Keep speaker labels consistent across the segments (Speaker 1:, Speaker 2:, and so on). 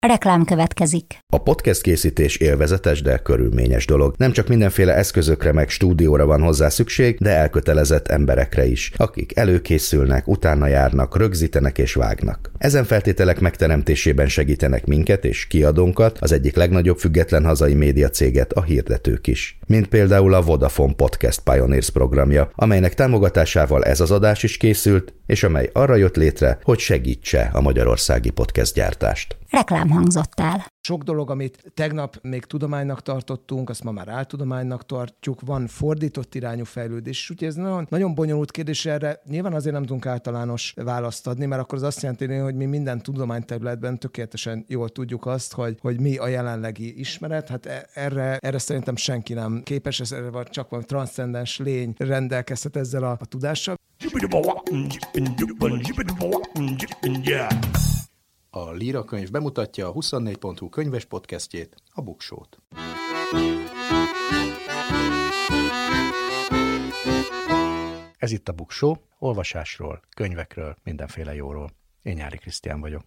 Speaker 1: Reklám következik.
Speaker 2: A podcast készítés élvezetes, de körülményes dolog. Nem csak mindenféle eszközökre meg stúdióra van hozzá szükség, de elkötelezett emberekre is, akik előkészülnek, utána járnak, rögzítenek és vágnak. Ezen feltételek megteremtésében segítenek minket és kiadónkat, az egyik legnagyobb független hazai médiacéget, a hirdetők is. Mint például a Vodafone Podcast Pioneers programja, amelynek támogatásával ez az adás is készült, és amely arra jött létre, hogy segítse a magyarországi podcast gyártást.
Speaker 1: Reklám hangzott el.
Speaker 3: Sok dolog, amit tegnap még tudománynak tartottunk, azt ma már áltudománynak tartjuk, van fordított irányú fejlődés, úgyhogy ez nagyon bonyolult kérdés, erre nyilván azért nem tudunk általános választ adni, mert akkor az azt jelenti, hogy mi minden tudományterületben tökéletesen jól tudjuk azt, hogy mi a jelenlegi ismeret, hát erre szerintem senki nem képes, erre csak van transzcendens lény rendelkezhet ezzel a tudással.
Speaker 4: A Líra könyv bemutatja a 24.hu könyves podcastjét, a Buksót. Ez itt a Buksó, olvasásról, könyvekről, mindenféle jóról. Én Nyári Krisztián vagyok.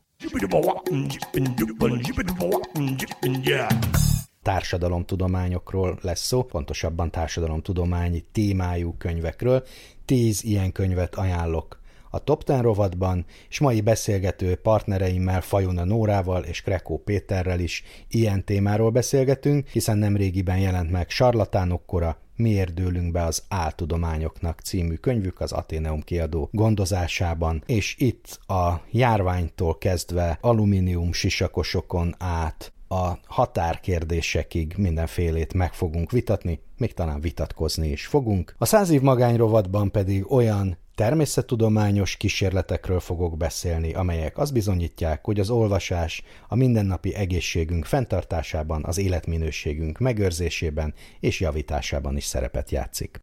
Speaker 4: Társadalomtudományokról lesz szó, pontosabban társadalomtudományi témájú könyvekről. 10 ilyen könyvet ajánlok a Top 10 rovatban, és mai beszélgető partnereimmel, Fajona Nórával és Krekó Péterrel is ilyen témáról beszélgetünk, hiszen nemrégiben jelent meg Sarlatánok kora, miért dőlünk be az áltudományoknak című könyvük az Atheneum kiadó gondozásában, és itt a járványtól kezdve alumínium sisakosokon át a határkérdésekig mindenfélét meg fogunk vitatni, még talán vitatkozni is fogunk. A 100 év magány rovatban pedig olyan természettudományos kísérletekről fogok beszélni, amelyek azt bizonyítják, hogy az olvasás a mindennapi egészségünk fenntartásában, az életminőségünk megőrzésében és javításában is szerepet játszik.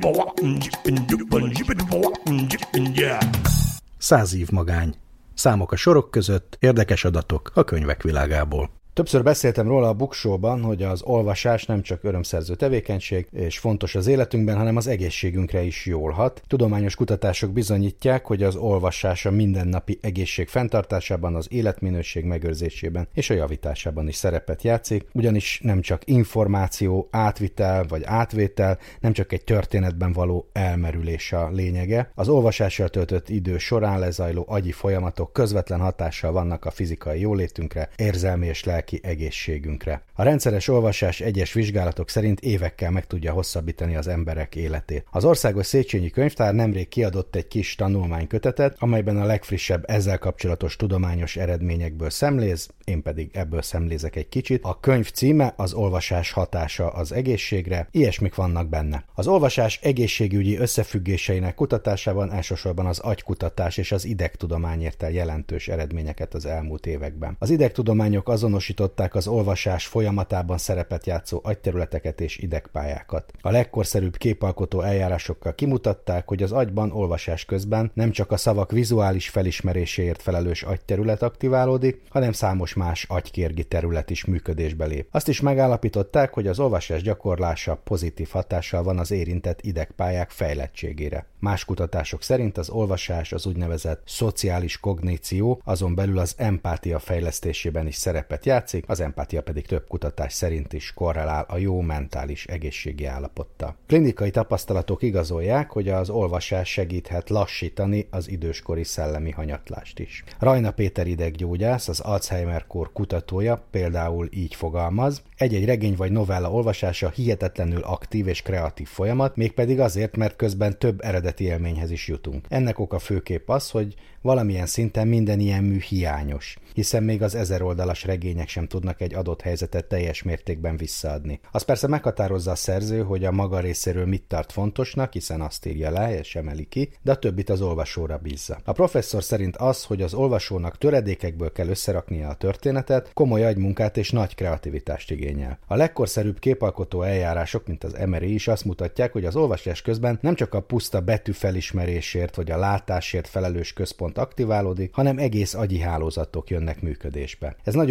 Speaker 4: 100 év magány. Számok a sorok között, érdekes adatok a könyvek világából. Többször beszéltem róla a Buksóban, hogy az olvasás nem csak örömszerző tevékenység és fontos az életünkben, hanem az egészségünkre is jól hat. Tudományos kutatások bizonyítják, hogy az olvasás a mindennapi egészség fenntartásában, az életminőség megőrzésében és a javításában is szerepet játszik, ugyanis nem csak információ, átvitel vagy átvétel, nem csak egy történetben való elmerülés a lényege. Az olvasással töltött idő során lezajló agyi folyamatok közvetlen hatással vannak a fizikai jólétünkre, érzelmi és lelki egészségünkre. A rendszeres olvasás egyes vizsgálatok szerint évekkel meg tudja hosszabbítani az emberek életét. Az Országos Széchenyi Könyvtár nemrég kiadott egy kis tanulmánykötetet, amelyben a legfrissebb ezzel kapcsolatos tudományos eredményekből szemléz, én pedig ebből szemlézek egy kicsit. A könyv címe az olvasás hatása az egészségre, ilyesmik vannak benne. Az olvasás egészségügyi összefüggéseinek kutatásában elsősorban az agykutatás és az idegtudomány ért el jelentős eredményeket az elmúlt években. Az idegtudományok azonosították az olvasás folyamatában szerepet játszó agyterületeket és idegpályákat. A legkorszerűbb képalkotó eljárásokkal kimutatták, hogy az agyban olvasás közben nem csak a szavak vizuális felismeréséért felelős agyterület aktiválódik, hanem számos más agykérgi terület is működésbe lép. Azt is megállapították, hogy az olvasás gyakorlása pozitív hatással van az érintett idegpályák fejlettségére. Más kutatások szerint az olvasás az úgynevezett szociális kogníció, azon belül az empátia fejlesztésében is szerepet játszik, az empátia pedig több kutatás szerint is korrelál a jó mentális egészségi állapottal. Klinikai tapasztalatok igazolják, hogy az olvasás segíthet lassítani az időskori szellemi hanyatlást is. Rajna Péter ideggyógyász, az Alzheimer-kór kutatója például így fogalmaz: egy-egy regény vagy novella olvasása hihetetlenül aktív és kreatív folyamat, mégpedig azért, mert közben több eredeti élményhez is jutunk. Ennek oka főképp az, hogy valamilyen szinten minden ilyen mű hiányos, hiszen még az 1000 oldalas regények sem tudnak egy adott helyzetet teljes mértékben visszaadni. Az persze meghatározza a szerző, hogy a maga részéről mit tart fontosnak, hiszen azt írja le és emeli ki, de a többit az olvasóra bízza. A professzor szerint az, hogy az olvasónak töredékekből kell összeraknia a történetet, komoly agymunkát és nagy kreativitást igényel. A legkorszerűbb képalkotó eljárások, mint az MRI is azt mutatják, hogy az olvasás közben nem csak a puszta betű felismerésért vagy a látásért felelős központ aktiválódik, hanem egész agyi hálózatok jönnek működésbe. Ez nagyon fontos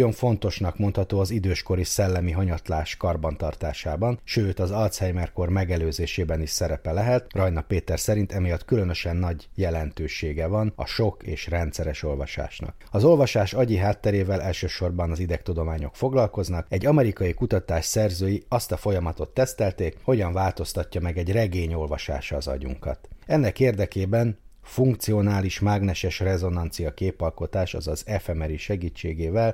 Speaker 4: fontosnak mondható az időskori szellemi hanyatlás karbantartásában, sőt az Alzheimer-kor megelőzésében is szerepe lehet. Rajna Péter szerint emiatt különösen nagy jelentősége van a sok és rendszeres olvasásnak. Az olvasás agyi hátterével elsősorban az idegtudományok foglalkoznak. Egy amerikai kutatás szerzői azt a folyamatot tesztelték, hogyan változtatja meg egy regény olvasása az agyunkat. Ennek érdekében funkcionális mágneses rezonancia képalkotás, azaz fMRI segítségével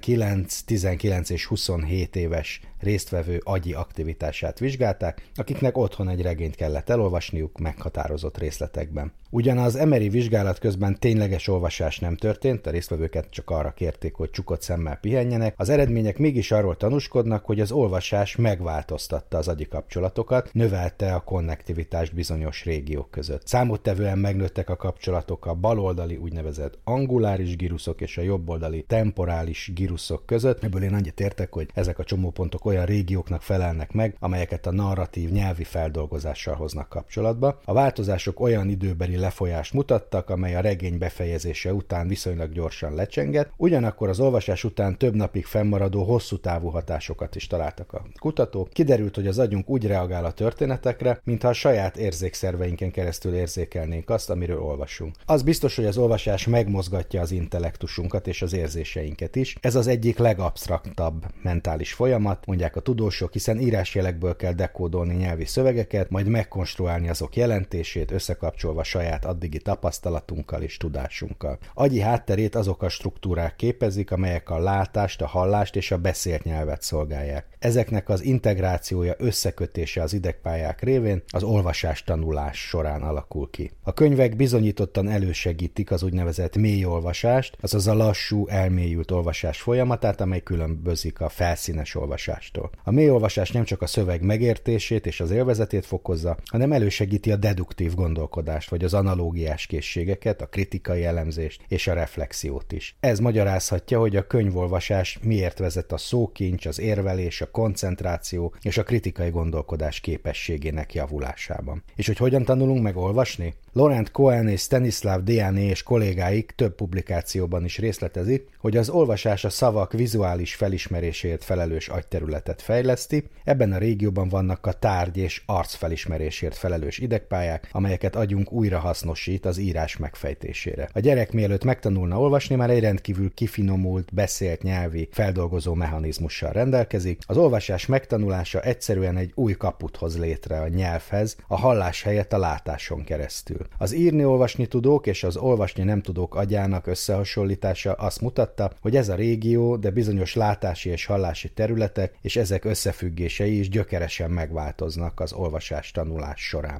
Speaker 4: 19 és 27 éves résztvevő agyi aktivitását vizsgálták, akiknek otthon egy regényt kellett elolvasniuk meghatározott részletekben. Ugyanaz MRI vizsgálat közben tényleges olvasás nem történt, a résztvevőket csak arra kérték, hogy csukott szemmel pihenjenek, az eredmények mégis arról tanúskodnak, hogy az olvasás megváltoztatta az agyi kapcsolatokat, növelte a konnektivitást bizonyos régiók között. Számottevően megnőttek a kapcsolatok a baloldali úgynevezett anguláris giruszok és a jobboldali temporális giruszok között. Ebből én annyit értek, hogy ezek a csomópontok olyan régióknak felelnek meg, amelyeket a narratív nyelvi feldolgozással hoznak kapcsolatba. A változások olyan időbeli lefolyást mutattak, amely a regény befejezése után viszonylag gyorsan lecsengett, ugyanakkor az olvasás után több napig fennmaradó hosszú távú hatásokat is találtak a kutatók. Kiderült, hogy az agyunk úgy reagál a történetekre, mintha a saját érzékszerveinken keresztül érzékelnénk azt, amiről olvasunk. Az biztos, hogy az olvasás megmozgatja az intellektusunkat és az érzéseinket is. Ez az egyik legabsztraktabb mentális folyamat, mondják a tudósok, hiszen írásjelekből kell dekódolni nyelvi szövegeket, majd megkonstruálni azok jelentését, összekapcsolva saját addigi tapasztalatunkkal és tudásunkkal. Agyi hátterét azok a struktúrák képezik, amelyek a látást, a hallást és a beszélt nyelvet szolgálják. Ezeknek az integrációja, összekötése az idegpályák révén az olvasás tanulás során alakul ki. A könyvek bizonyítottan elősegítik az úgynevezett mély olvasást, azaz a lassú, elmélyült olvasás folyamatát, amely különbözik a felszínes olvasástól. A mély olvasás nem csak a szöveg megértését és az élvezetét fokozza, hanem elősegíti a deduktív gondolkodást, vagy az analógiás készségeket, a kritikai elemzést és a reflexiót is. Ez magyarázhatja, hogy a könyvolvasás miért vezet a szókincs, az érvelés, a koncentráció és a kritikai gondolkodás képességének javulásában. És hogy hogyan tanulunk meg olvasni? Laurent Cohen és Stanislav Dejany és kollégáik több publikációban is részletezik, hogy az olvasás a szavak vizuális felismerésért felelős agyterületet fejleszti, ebben a régióban vannak a tárgy és arc felismerésért felelős idegpályák, amelyeket agyunk újra hasznosít az írás megfejtésére. A gyerek mielőtt megtanulna olvasni, már egy rendkívül kifinomult, beszélt nyelvi feldolgozó mechanizmussal rendelkezik. Az olvasás megtanulása egyszerűen egy új kaput hoz létre a nyelvhez, a hallás helyett a látáson keresztül. Az írni-olvasni tudók és az olvasni nem tudók agyának összehasonlítása azt mutatta, hogy ez a régió, de bizonyos látási és hallási területek és ezek összefüggései is gyökeresen megváltoznak az olvasás tanulás során.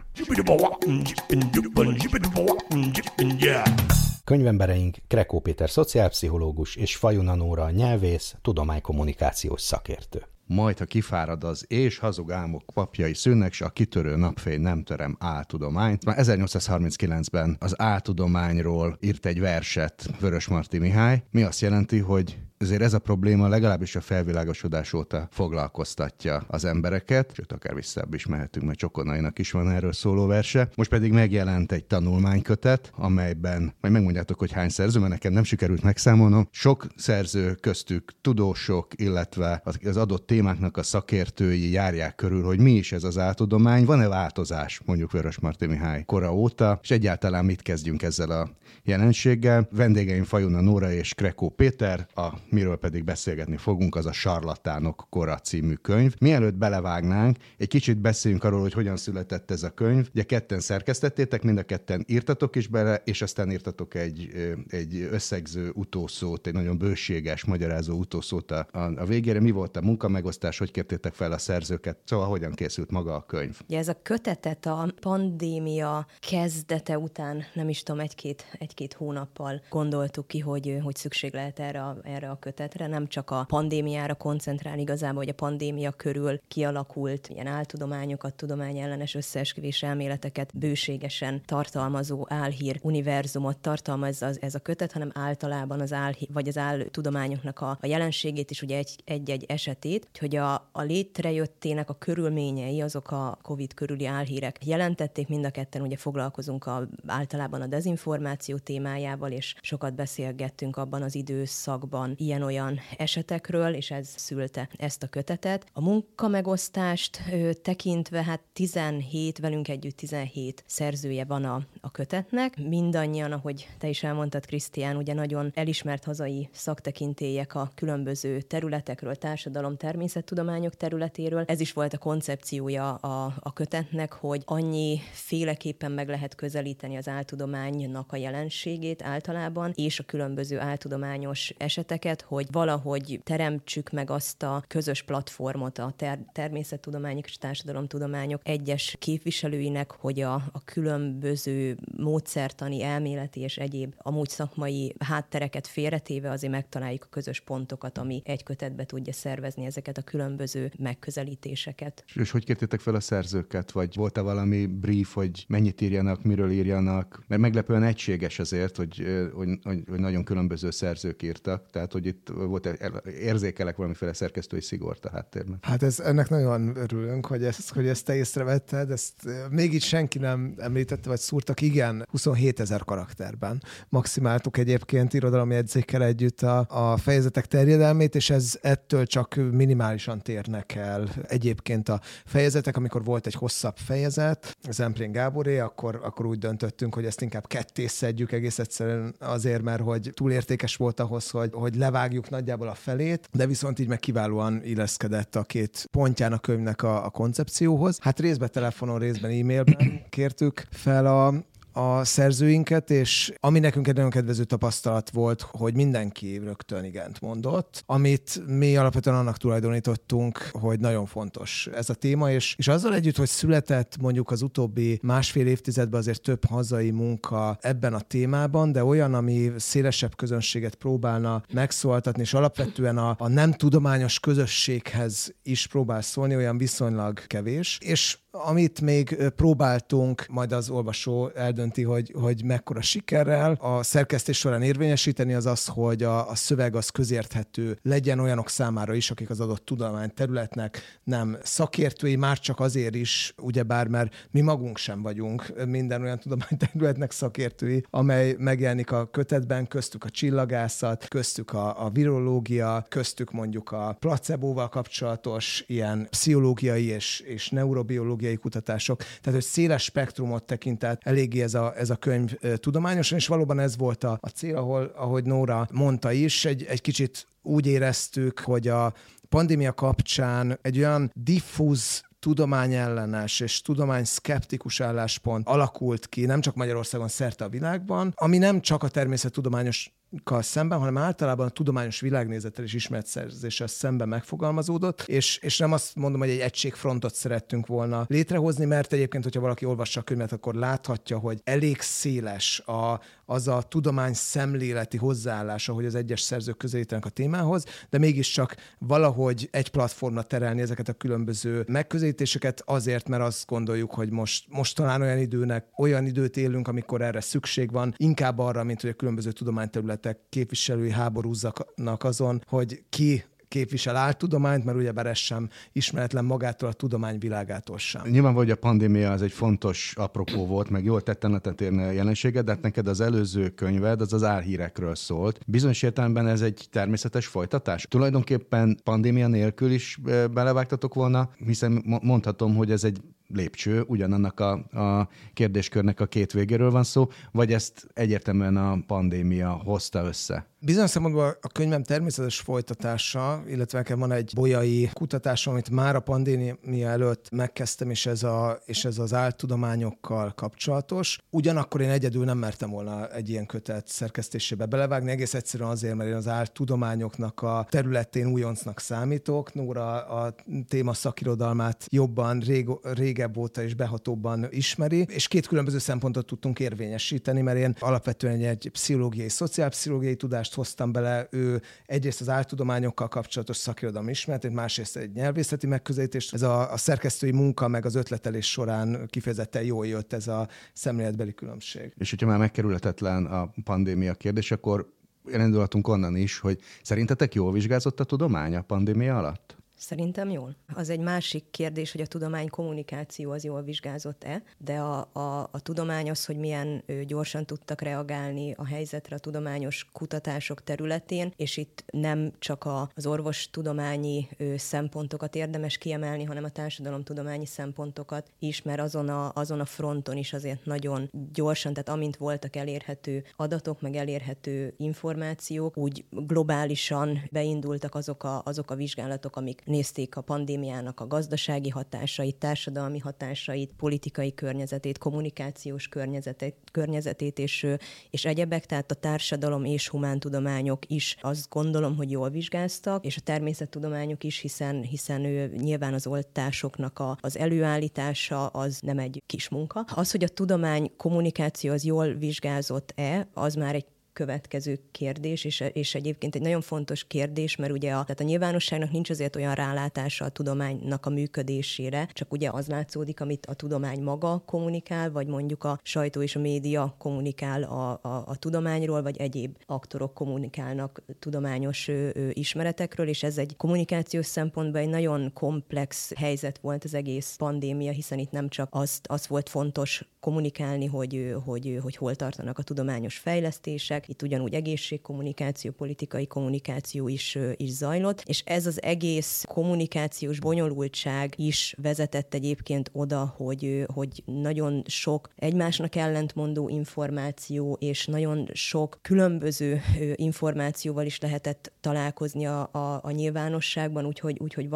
Speaker 4: Könyvembereink Krekó Péter szociálpszichológus és Fajuna Nóra nyelvész, tudománykommunikációs szakértő.
Speaker 5: Majd, ha kifárad az és hazug álmok papjai szűnnek, s a kitörő napfény nem terem áltudományt. Már 1839-ben az áltudományról írt egy verset Vörösmarty Mihály, mi azt jelenti, hogy ezért ez a probléma legalábbis a felvilágosodás óta foglalkoztatja az embereket, sőt, akár visszább is mehetünk, mert Csokonainak is van erről szóló verse. Most pedig megjelent egy tanulmánykötet, amelyben, majd megmondjátok, hogy hány szerző, mert nekem nem sikerült megszámolnom. Sok szerző, köztük tudósok, illetve az adott témáknak a szakértői járják körül, hogy mi is ez az áltudomány, van-e változás mondjuk Vörösmarty Mihály kora óta, és egyáltalán mit kezdjünk ezzel a jelenséggel. Vendégeim Fajuna Nóra és Krekó Péter, miről pedig beszélgetni fogunk, az a Sarlatánok kora című könyv. Mielőtt belevágnánk, egy kicsit beszéljünk arról, hogy hogyan született ez a könyv. Ugye ketten szerkesztettétek, mind a ketten írtatok is bele, és aztán írtatok egy összegző utószót, egy nagyon bőséges, magyarázó utószót a végére. Mi volt a munkamegosztás, hogy kértétek fel a szerzőket? Szóval hogyan készült maga a könyv?
Speaker 6: Ugye ez a kötetet a pandémia kezdete után, nem is tudom, egy-két hónappal gondoltuk ki, hogy szükség lehet erre a kötetre, nem csak a pandémiára koncentrál igazából, hogy a pandémia körül kialakult ilyen áltudományokat, tudományellenes összeesküvés elméleteket bőségesen tartalmazó álhír univerzumot tartalmaz ez a kötet, hanem általában az áltudományoknak a jelenségét is, ugye egy esetét, hogy a létrejöttének a körülményei, azok a Covid körüli álhírek jelentették, mind a ketten ugye foglalkozunk általában a dezinformáció témájával, és sokat beszélgettünk abban az időszakban ilyen-olyan esetekről, és ez szülte ezt a kötetet. A munkamegosztást tekintve, hát 17, velünk együtt 17 szerzője van a kötetnek. Mindannyian, ahogy te is elmondtad, Krisztián, ugye nagyon elismert hazai szaktekintélyek a különböző területekről, társadalom, természettudományok területéről. Ez is volt a koncepciója a kötetnek, hogy annyi féleképpen meg lehet közelíteni az áltudománynak a jelenségét általában, és a különböző áltudományos eseteket, hogy valahogy teremtsük meg azt a közös platformot a természettudományok és társadalomtudományok egyes képviselőinek, hogy a különböző módszertani, elméleti és egyéb amúgy szakmai háttereket félretéve azért megtaláljuk a közös pontokat, ami egy kötetbe tudja szervezni ezeket a különböző megközelítéseket.
Speaker 5: És hogy kértétek fel a szerzőket? Vagy volt-e valami brief, hogy mennyit írjanak, miről írjanak? Mert meglepően egységes azért, hogy nagyon különböző szerzők írtak, tehát hogy itt volt, érzékelek valamiféle szerkesztői szigort a háttérben.
Speaker 3: Hát ennek nagyon örülünk, hogy ezt te észrevetted, ezt még így senki nem említette, vagy szúrtak, igen, 27 000 karakterben maximáltuk egyébként irodalomjegyzékkel együtt a fejezetek terjedelmét, és ettől csak minimálisan térnek el egyébként a fejezetek. Amikor volt egy hosszabb fejezet, Zemplén Gáboré, akkor úgy döntöttünk, hogy ezt inkább ketté szedjük egész egyszerűen azért, mert hogy túlértékes volt ahhoz, hogy levágjuk nagyjából a felét, de viszont így meg kiválóan illeszkedett a két pontján a könyvnek a koncepcióhoz. Hát részben telefonon, részben e-mailben kértük fel a szerzőinket, és ami nekünk egy nagyon kedvező tapasztalat volt, hogy mindenki rögtön igent mondott, amit mi alapvetően annak tulajdonítottunk, hogy nagyon fontos ez a téma, és azzal együtt, hogy született mondjuk az utóbbi másfél évtizedben azért több hazai munka ebben a témában, de olyan, ami szélesebb közönséget próbálna megszólaltatni, és alapvetően a nem tudományos közösséghez is próbál szólni, olyan viszonylag kevés, és amit még próbáltunk, majd az olvasó eldönti, hogy mekkora sikerrel a szerkesztés során érvényesíteni, az az, hogy a szöveg az közérthető legyen olyanok számára is, akik az adott tudományterületnek nem szakértői, már csak azért is, ugyebár, mert mi magunk sem vagyunk minden olyan tudományterületnek szakértői, amely megjelenik a kötetben, köztük a csillagászat, köztük a virológia, köztük mondjuk a placebóval kapcsolatos ilyen pszichológiai és neurobiológiai kutatások, tehát hogy széles spektrumot tekintett eléggé ez a könyv tudományosan, és valóban ez volt a cél, ahogy Nóra mondta is, egy kicsit úgy éreztük, hogy a pandémia kapcsán egy olyan diffúz tudományellenes és tudományszkeptikus álláspont alakult ki, nem csak Magyarországon, szerte a világban, ami nem csak a természettudományos szemben, hanem általában a tudományos világnézettel és ismeretszerzéssel szemben megfogalmazódott, és nem azt mondom, hogy egy egységfrontot szerettünk volna létrehozni, mert egyébként, hogyha valaki olvassa a könyvet, akkor láthatja, hogy elég széles az a tudomány szemléleti hozzáállása, hogy az egyes szerzők közelítenek a témához, de mégiscsak valahogy egy platformra terelni ezeket a különböző megközelítéseket azért, mert azt gondoljuk, hogy most talán olyan időt élünk, amikor erre szükség van, inkább arra, mint hogy a különböző tudományterületek képviselői háborúzzanak azon, hogy ki képvisel áltudományt, mert ugyebár ez sem ismeretlen magától, a tudomány világától sem.
Speaker 5: Nyilvánvaló, hogy a pandémia az egy fontos apropó volt, meg jól tetten a tetérni a jelenséget, de hát neked az előző könyved az álhírekről szólt. Bizonyos értelemben ez egy természetes folytatás. Tulajdonképpen pandémia nélkül is belevágtatok volna, hiszen mondhatom, hogy ez egy lépcső, ugyanannak a kérdéskörnek a két végéről van szó, vagy ezt egyértelműen a pandémia hozta össze?
Speaker 3: Bizonyos szempontból a könyvem természetes folytatása, illetve nekem van egy bolyai kutatásom, amit már a pandémia előtt megkezdtem, és ez az áltudományokkal kapcsolatos. Ugyanakkor én egyedül nem mertem volna egy ilyen kötet szerkesztésébe belevágni, egész egyszerűen azért, mert én az áltudományoknak a területén újoncnak számítok. Nóra a téma szakirodalmát jobban, régebb óta és behatóbban ismeri, és két különböző szempontot tudtunk érvényesíteni, mert én alapvetően egy pszichológiai, szociálpszichológiai tudást hoztam bele, ő egyrészt az áltudományokkal kapcsolatos szakirodalmi ismeretét, másrészt egy nyelvészeti megközelítést. Ez a szerkesztői munka meg az ötletelés során kifejezetten jól jött ez a szemléletbeli különbség.
Speaker 5: És hogyha már megkerülhetetlen a pandémia kérdés, akkor elindulhatunk onnan is, hogy szerintetek jól vizsgázott a tudomány a pandémia alatt?
Speaker 6: Szerintem jól. Az egy másik kérdés, hogy a tudomány kommunikáció az jól vizsgázott-e, de a tudomány az, hogy milyen gyorsan tudtak reagálni a helyzetre a tudományos kutatások területén, és itt nem csak az orvostudományi szempontokat érdemes kiemelni, hanem a társadalomtudományi szempontokat is, mert azon a fronton is azért nagyon gyorsan, tehát amint voltak elérhető adatok, meg elérhető információk, úgy globálisan beindultak azok a vizsgálatok, amik nézték a pandémiának a gazdasági hatásait, társadalmi hatásait, politikai környezetét, kommunikációs környezetét és egyebek, tehát a társadalom és humántudományok is azt gondolom, hogy jól vizsgáztak, és a természettudományok is, hiszen nyilván az oltásoknak az előállítása az nem egy kis munka. Az, hogy a tudomány kommunikáció az jól vizsgázott-e, az már egy következő kérdés, és egyébként egy nagyon fontos kérdés, mert ugye tehát a nyilvánosságnak nincs azért olyan rálátása a tudománynak a működésére, csak ugye az látszódik, amit a tudomány maga kommunikál, vagy mondjuk a sajtó és a média kommunikál a tudományról, vagy egyéb aktorok kommunikálnak tudományos ismeretekről, és ez egy kommunikációs szempontból egy nagyon komplex helyzet volt az egész pandémia, hiszen itt nem csak az volt fontos kommunikálni, hogy hol tartanak a tudományos fejlesztések, itt ugyanúgy egészségkommunikáció, politikai kommunikáció is zajlott, és ez az egész kommunikációs bonyolultság is vezetett egyébként oda, hogy nagyon sok egymásnak ellentmondó információ, és nagyon sok különböző információval is lehetett találkozni a nyilvánosságban, úgyhogy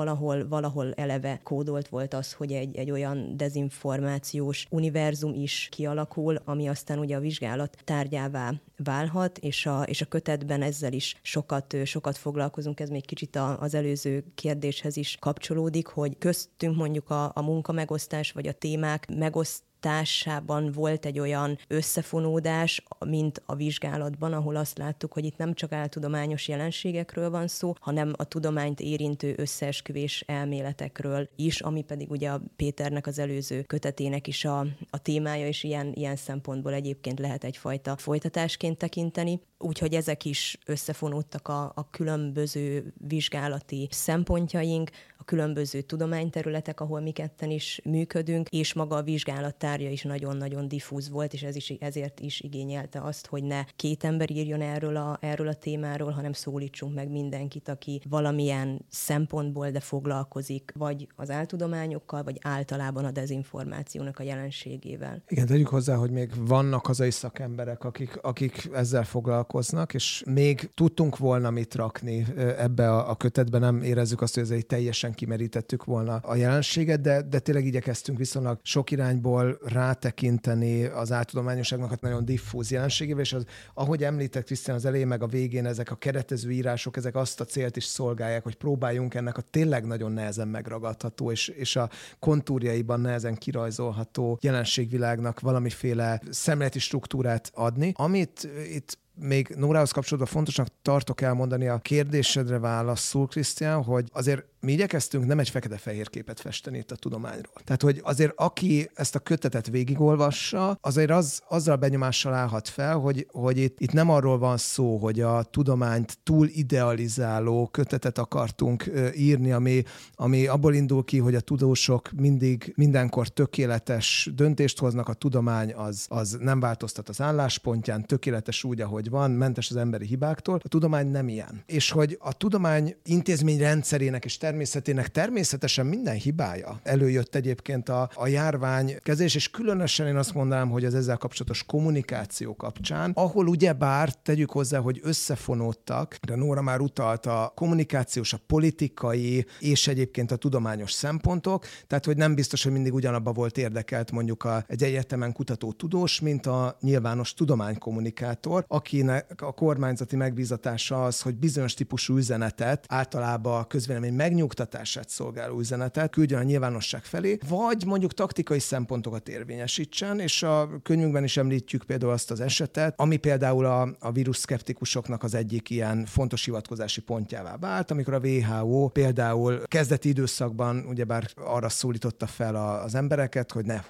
Speaker 6: valahol eleve kódolt volt az, hogy egy olyan dezinformációs univerzum is kialakul, ami aztán ugye a vizsgálat tárgyává válhat, és a kötetben ezzel is sokat foglalkozunk, ez még kicsit az előző kérdéshez is kapcsolódik, hogy köztünk mondjuk a munkamegosztás, vagy a témák megosztásában volt egy olyan összefonódás, mint a vizsgálatban, ahol azt láttuk, hogy itt nem csak áltudományos jelenségekről van szó, hanem a tudományt érintő összeesküvés elméletekről is, ami pedig ugye a Péternek az előző kötetének is a témája, és ilyen szempontból egyébként lehet egyfajta folytatásként tekinteni. Úgyhogy ezek is összefonódtak a különböző vizsgálati szempontjaink, a különböző tudományterületek, ahol mi ketten is működünk, és maga a vizsgálattárgya is nagyon-nagyon diffúz volt, és ezért is igényelte azt, hogy ne két ember írjon erről a témáról, hanem szólítsunk meg mindenkit, aki valamilyen szempontból de foglalkozik, vagy az áltudományokkal, vagy általában a dezinformációnak a jelenségével.
Speaker 3: Igen, tegyük hozzá, hogy még vannak hazai szakemberek, akik ezzel foglalkoznak, és még tudtunk volna mit rakni ebbe a kötetbe, nem érezzük azt, hogy ez egy teljesen kimerítettük volna a jelenséget, de tényleg igyekeztünk viszonylag sok irányból rátekinteni az áltudományosságnak a nagyon diffúz jelenségével, és ahogy említett Krisztián az elején, meg a végén ezek a keretező írások, ezek azt a célt is szolgálják, hogy próbáljunk ennek a tényleg nagyon nehezen megragadható, és a kontúrjaiban nehezen kirajzolható jelenségvilágnak valamiféle szemléleti struktúrát adni. Amit itt még Nórához kapcsolatban fontosnak tartok elmondani a kérdésedre válaszul, Krisztián, hogy azért mi igyekeztünk nem egy fekete-fehér képet festeni itt a tudományról. Tehát, hogy azért aki ezt a kötetet végigolvassa, azért azzal benyomással állhat fel, hogy itt nem arról van szó, hogy a tudományt túl idealizáló kötetet akartunk írni, ami abból indul ki, hogy a tudósok mindenkor tökéletes döntést hoznak, a tudomány az nem változtat az álláspontján, tökéletes úgy, ahogy van, mentes az emberi hibáktól. A tudomány nem ilyen. És hogy a tudomány intézmény rendszerének és természetének természetesen minden hibája előjött egyébként a járvány kezelés, és különösen én azt mondanám, hogy az ezzel kapcsolatos kommunikáció kapcsán, ahol ugyebár tegyük hozzá, hogy összefonódtak, de Nóra már utalt a kommunikációs, a politikai és egyébként a tudományos szempontok, tehát hogy nem biztos, hogy mindig ugyanabba volt érdekelt mondjuk egy egyetemen kutató tudós, mint a nyilvános tudománykommunikátor, akinek a kormányzati megbízatása az, hogy bizonyos típusú üzenetet, általában a közvélemény megnyugtatását szolgáló üzenetet küldjön a nyilvánosság felé, vagy mondjuk taktikai szempontokat érvényesítsen, és a könyvünkben is említjük például azt az esetet, ami például a vírusszkeptikusoknak az egyik ilyen fontos hivatkozási pontjává vált, amikor a WHO például kezdeti időszakban ugyebár arra szólította fel az embereket, hogy ne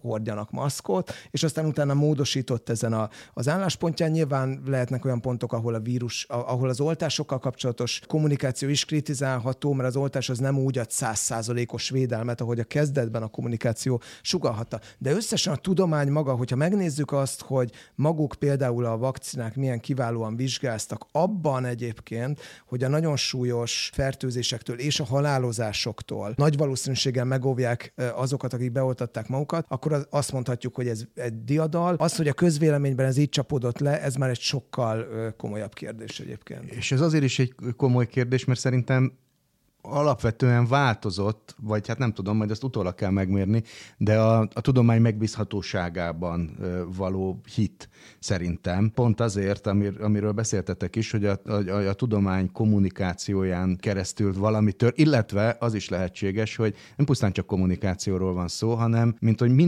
Speaker 3: hordjanak maszkot, és aztán utána módosított ezen az álláspontján. Nyilván lehetnek olyan pontok, ahol az oltásokkal kapcsolatos kommunikáció is kritizálható, mert az oltás az nem úgy ad 100%-os védelmet, ahogy a kezdetben a kommunikáció sugallhatta. De összesen a tudomány maga, hogyha megnézzük azt, hogy maguk például a vakcinák milyen kiválóan vizsgáztak, abban egyébként, hogy a nagyon súlyos fertőzésektől és a halálozásoktól nagy valószínűséggel megóvják azokat, akik beoltatták magukat, akkor azt mondhatjuk, hogy ez egy diadal. Az, hogy a közvéleményben ez így csapódott le, ez már egy sokkal komolyabb kérdés egyébként.
Speaker 5: És ez azért is egy komoly kérdés, mert szerintem alapvetően változott, vagy hát nem tudom, majd azt utólag kell megmérni, de a tudomány megbízhatóságában való hit szerintem. Pont azért, amiről beszéltetek is, hogy a tudomány kommunikációján keresztül valami illetve az is lehetséges, hogy nem pusztán csak kommunikációról van szó, hanem mint hogy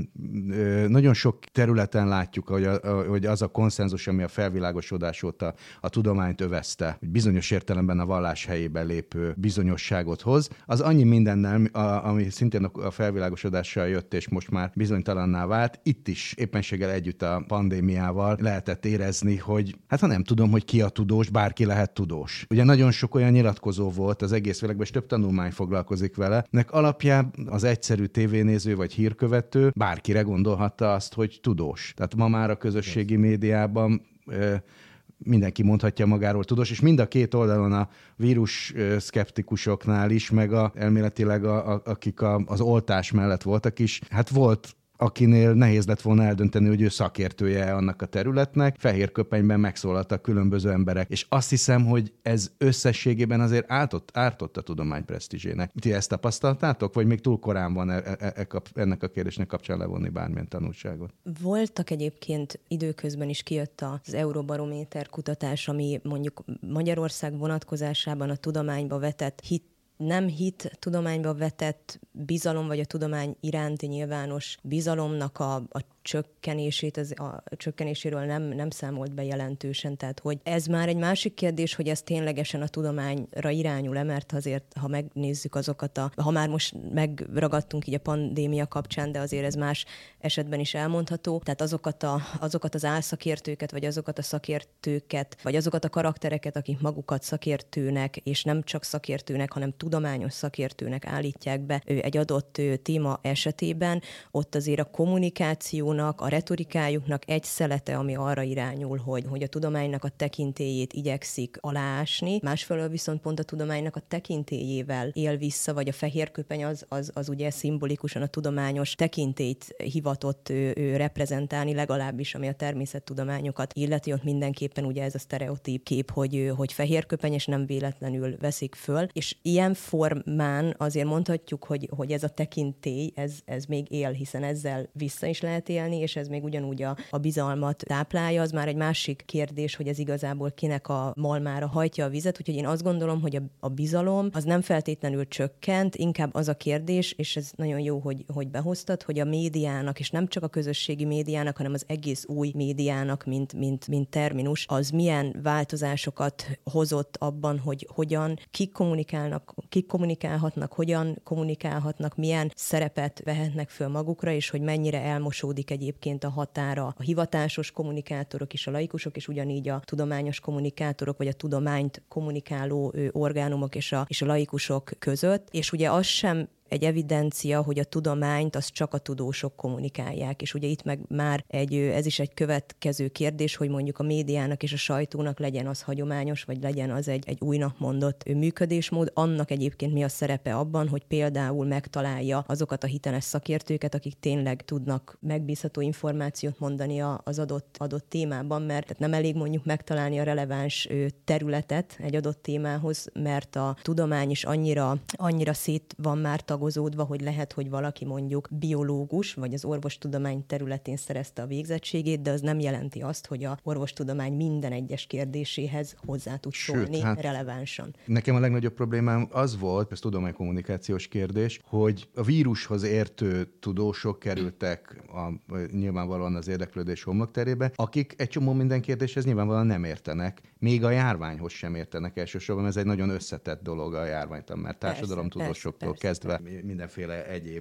Speaker 5: nagyon sok területen látjuk, hogy az a konszenzus, ami a felvilágosodás óta a tudományt övezte, hogy bizonyos értelemben a vallás helyébe lépő bizonyosságot hoz, az annyi mindennel, ami szintén a felvilágosodással jött, és most már bizonytalanná vált, itt is éppenséggel együtt a pandémiával lehetett érezni, hogy hát ha nem tudom, hogy ki a tudós, bárki lehet tudós. Ugye nagyon sok olyan nyilatkozó volt az egész világban, és több tanulmány foglalkozik vele, nek alapján az egyszerű tévénéző vagy hírkövető bárkire gondolhatta azt, hogy tudós. Tehát ma már a közösségi médiában mindenki mondhatja magáról tudós, és mind a két oldalon a vírus szkeptikusoknál is, meg elméletileg akik az oltás mellett voltak is, hát volt, akinél nehéz lett volna eldönteni, hogy ő szakértője annak a területnek. Fehér köpenyben megszólaltak különböző emberek. És azt hiszem, hogy ez összességében azért ártott a tudomány presztízsének. Ti ezt tapasztaltátok, vagy még túl korán van ennek a kérdésnek kapcsán levonni bármilyen tanulságot?
Speaker 6: Voltak egyébként időközben is kijött az Euróbarométer kutatás, ami mondjuk Magyarország vonatkozásában a tudományba vetett tudományba vetett bizalom, vagy a tudomány iránti nyilvános bizalomnak a csökkenéséről nem számolt be jelentősen. Tehát, hogy ez már egy másik kérdés, hogy ez ténylegesen a tudományra irányul-e, mert azért, ha megnézzük ha már most megragadtunk így a pandémia kapcsán, de azért ez más esetben is elmondható. Tehát azokat az álszakértőket, vagy azokat a szakértőket, vagy azokat a karaktereket, akik magukat szakértőnek, és nem csak szakértőnek, hanem tudományos szakértőnek állítják be egy adott téma esetében, ott azért a kommunikáció, a retorikájuknak egy szelete, ami arra irányul, hogy a tudománynak a tekintélyét igyekszik aláásni, másfelől viszont pont a tudománynak a tekintélyével él vissza, vagy a fehér köpeny az ugye szimbolikusan a tudományos tekintélyt hivatott reprezentálni, legalábbis ami a természettudományokat illeti, ott mindenképpen ugye ez a sztereotíp kép, hogy fehér köpeny, és nem véletlenül veszik föl, és ilyen formán azért mondhatjuk, hogy ez a tekintély, ez még él, hiszen ezzel vissza is lehet élni, és ez még ugyanúgy a bizalmat táplálja. Az már egy másik kérdés, hogy ez igazából kinek a malmára hajtja a vizet, úgyhogy én azt gondolom, hogy a bizalom az nem feltétlenül csökkent, inkább az a kérdés, és ez nagyon jó, hogy behoztad, hogy a médiának, és nem csak a közösségi médiának, hanem az egész új médiának, mint terminus, az milyen változásokat hozott abban, hogy hogyan, kik kommunikálhatnak, hogyan kommunikálhatnak, milyen szerepet vehetnek föl magukra, és hogy mennyire elmosódik egyébként a határa a hivatásos kommunikátorok és a laikusok, és ugyanígy a tudományos kommunikátorok, vagy a tudományt kommunikáló orgánumok és a laikusok között. És ugye az sem egy evidencia, hogy a tudományt az csak a tudósok kommunikálják. És ugye itt meg már ez is egy következő kérdés, hogy mondjuk a médiának és a sajtónak legyen az hagyományos, vagy legyen az egy újnak mondott működésmód. Annak egyébként mi a szerepe abban, hogy például megtalálja azokat a hiteles szakértőket, akik tényleg tudnak megbízható információt mondani az adott témában, mert tehát nem elég mondjuk megtalálni a releváns területet egy adott témához, mert a tudomány is annyira szét van már tagozódva, hogy lehet, hogy valaki mondjuk biológus, vagy az orvostudomány területén szerezte a végzettségét, de az nem jelenti azt, hogy a orvostudomány minden egyes kérdéséhez hozzá tud szólni relevánsan.
Speaker 5: Nekem a legnagyobb problémám az volt, ez tudománykommunikációs kérdés, hogy a vírushoz értő tudósok kerültek nyilvánvalóan az érdeklődés homlokterébe, akik egy csomó minden kérdéshez nyilvánvalóan nem értenek, még a járványhoz sem értenek elsősorban, ez egy nagyon összetett dolog a járványtan, mert társadalomtudósoktól kezdve mindenféle egyéb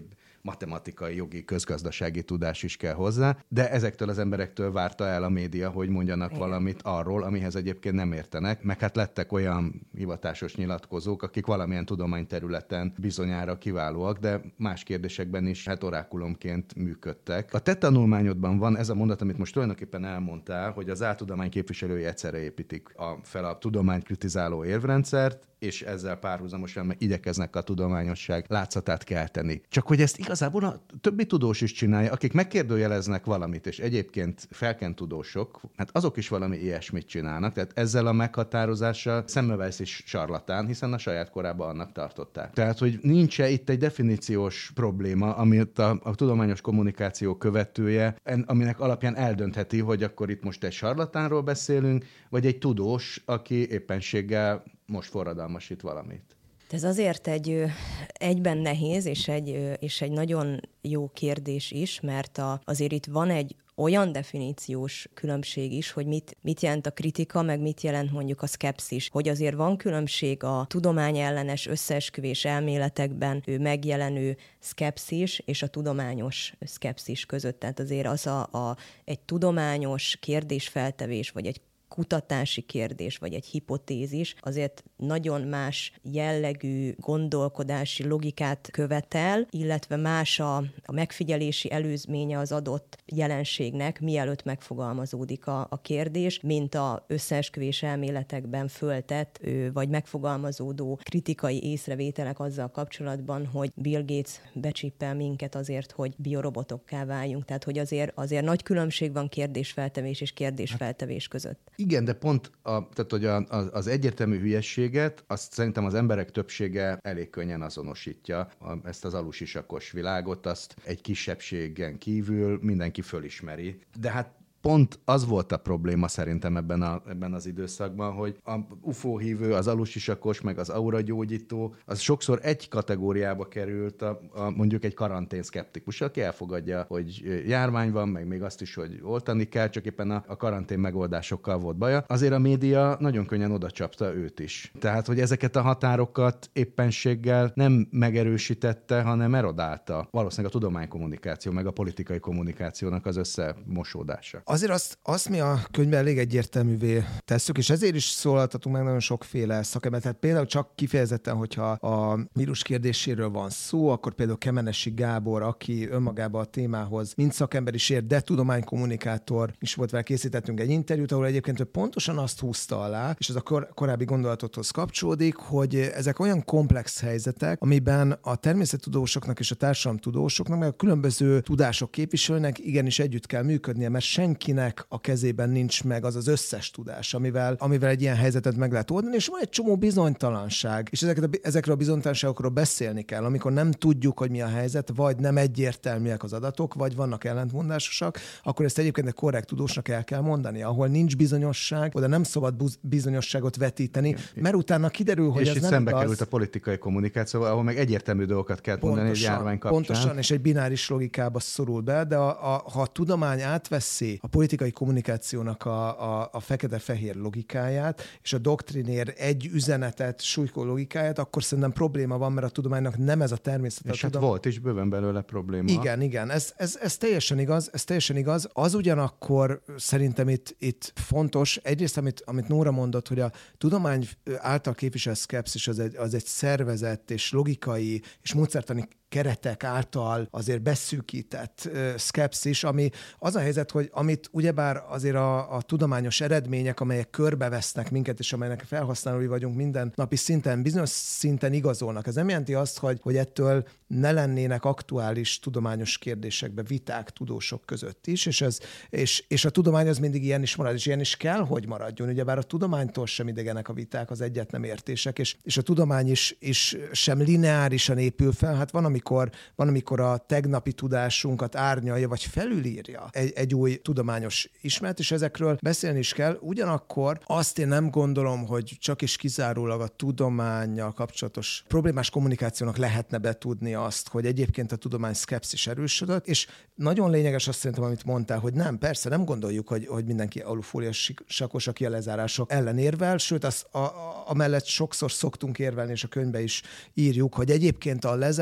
Speaker 5: matematikai, jogi, közgazdasági tudás is kell hozzá, de ezektől az emberektől várta el a média, hogy mondjanak valamit arról, amihez egyébként nem értenek, meg hát lettek olyan hivatásos nyilatkozók, akik valamilyen tudományterületen bizonyára kiválóak, de más kérdésekben is hát orákulumként működtek. A te tanulmányodban van ez a mondat, amit most tulajdonképpen elmondtál, hogy az áltudomány képviselői egyszerre építik fel a tudományt kritizáló érvrendszert, és ezzel párhuzamosan igyekeznek a tudományosság látszatát kelteni. Csak hogy ezt igazából a többi tudós is csinálja, akik megkérdőjeleznek valamit, és egyébként felkent tudósok, hát azok is valami ilyesmit csinálnak, tehát ezzel a meghatározással Semmelweis is sarlatán, hiszen a saját korában annak tartották. Tehát, hogy nincs-e itt egy definíciós probléma, amit a tudományos kommunikáció követője, aminek alapján eldöntheti, hogy akkor itt most egy sarlatánról beszélünk, vagy egy tudós, aki éppenséggel most forradalmasít valamit.
Speaker 6: Ez azért egyben nehéz, és egy nagyon jó kérdés is, mert azért itt van egy olyan definíciós különbség is, hogy mit jelent a kritika, meg mit jelent mondjuk a szkepszis. Hogy azért van különbség a tudományellenes összeesküvés elméletekben megjelenő szkepszis és a tudományos szkepszis között. Tehát azért az egy tudományos kérdésfeltevés, vagy egy kutatási kérdés, vagy egy hipotézis azért nagyon más jellegű gondolkodási logikát követel, illetve más a megfigyelési előzménye az adott jelenségnek, mielőtt megfogalmazódik a kérdés, mint a összeesküvés elméletekben föltett, vagy megfogalmazódó kritikai észrevételek azzal kapcsolatban, hogy Bill Gates becsippel minket azért, hogy biorobotokká váljunk. Tehát, hogy azért nagy különbség van kérdésfeltevés és kérdésfeltevés között.
Speaker 5: Igen, de pont tehát, hogy az egyértelmű hülyességet, azt szerintem az emberek többsége elég könnyen azonosítja. Ezt az alusisakos világot, azt egy kisebbségen kívül mindenki fölismeri. De hát pont az volt a probléma szerintem ebben az időszakban, hogy a UFO hívő, az alusisakos, meg az auragyógyító, az sokszor egy kategóriába került mondjuk egy karantén szkeptikus, aki elfogadja, hogy járvány van, meg még azt is, hogy oltani kell, csak éppen a karantén megoldásokkal volt baja. Azért a média nagyon könnyen odacsapta őt is. Tehát, hogy ezeket a határokat éppenséggel nem megerősítette, hanem erodálta. Valószínűleg a tudománykommunikáció, meg a politikai kommunikációnak az összemosódása.
Speaker 3: Azért azt mi a könyvben elég egyértelművé tesszük, és ezért is szólaltatunk meg nagyon sokféle szakembert. Tehát például csak kifejezetten, hogyha a vírus kérdéséről van szó, akkor például Kemenesi Gábor, aki önmagában a témához mind szakember is ért, de tudománykommunikátor is volt vele, készítettünk egy interjút, ahol egyébként ő pontosan azt húzta alá, és ez a korábbi gondolatothoz kapcsolódik, hogy ezek olyan komplex helyzetek, amiben a természettudósoknak és a társadalomtudósoknak, meg a különböző tudások képviselőnek igenis együtt kell működnie, mert senkinek a kezében nincs meg az összes tudás, amivel egy ilyen helyzetet meg lehet oldani, és van egy csomó bizonytalanság, és ezekről a bizonytalanságokról beszélni kell, amikor nem tudjuk, hogy mi a helyzet, vagy nem egyértelműek az adatok, vagy vannak ellentmondásosak, akkor ezt egyébként egy korrekt tudósnak el kell mondani. Ahol nincs bizonyosság, oda nem szabad bizonyosságot vetíteni, mert utána kiderül, hogy ez nem
Speaker 5: szembe
Speaker 3: igaz.
Speaker 5: került a politikai kommunikációval, ahol meg egyértelmű dolgokat kell mondani egy járvány kapcsán.
Speaker 3: Pontosan, és egy bináris logikába szorul be, de ha a tudomány átveszi a politikai kommunikációnak a fekete-fehér logikáját, és a doktrinér egy üzenetet súlykó logikáját, akkor szerintem probléma van, mert a tudománynak nem ez a természet.
Speaker 5: És hát volt is bőven belőle probléma.
Speaker 3: Igen, ez teljesen igaz. Az ugyanakkor szerintem itt fontos, egyrészt, amit Nóra mondott, hogy a tudomány által képviselt szkepszis az egy szervezett és logikai és módszertani keretek által azért beszűkített szkepszis, ami az a helyzet, hogy amit ugyebár azért a tudományos eredmények, amelyek körbevesznek minket, és amelynek felhasználói vagyunk minden napi szinten, bizonyos szinten igazolnak. Ez nem jelenti azt, hogy ettől ne lennének aktuális tudományos kérdésekbe viták tudósok között is, és a tudomány az mindig ilyen is marad, és ilyen is kell, hogy maradjon. Ugyebár a tudománytól sem idegenek a viták, az egyet nem értések, és a tudomány is sem lineárisan épül fel. Hát van, amikor a tegnapi tudásunkat árnyalja, vagy felülírja egy új tudományos ismeret, és ezekről beszélni is kell. Ugyanakkor azt én nem gondolom, hogy csak és kizárólag a tudománnyal kapcsolatos problémás kommunikációnak lehetne betudni azt, hogy egyébként a tudomány szkepszis erősödött, és nagyon lényeges azt szerintem, amit mondtál, hogy nem, persze nem gondoljuk, hogy mindenki alufóliás sakos, aki a lezárások ellen érvel, sőt, amellett sokszor szoktunk érvelni, és a könyvben is írjuk, hogy egyébként a lezárásokról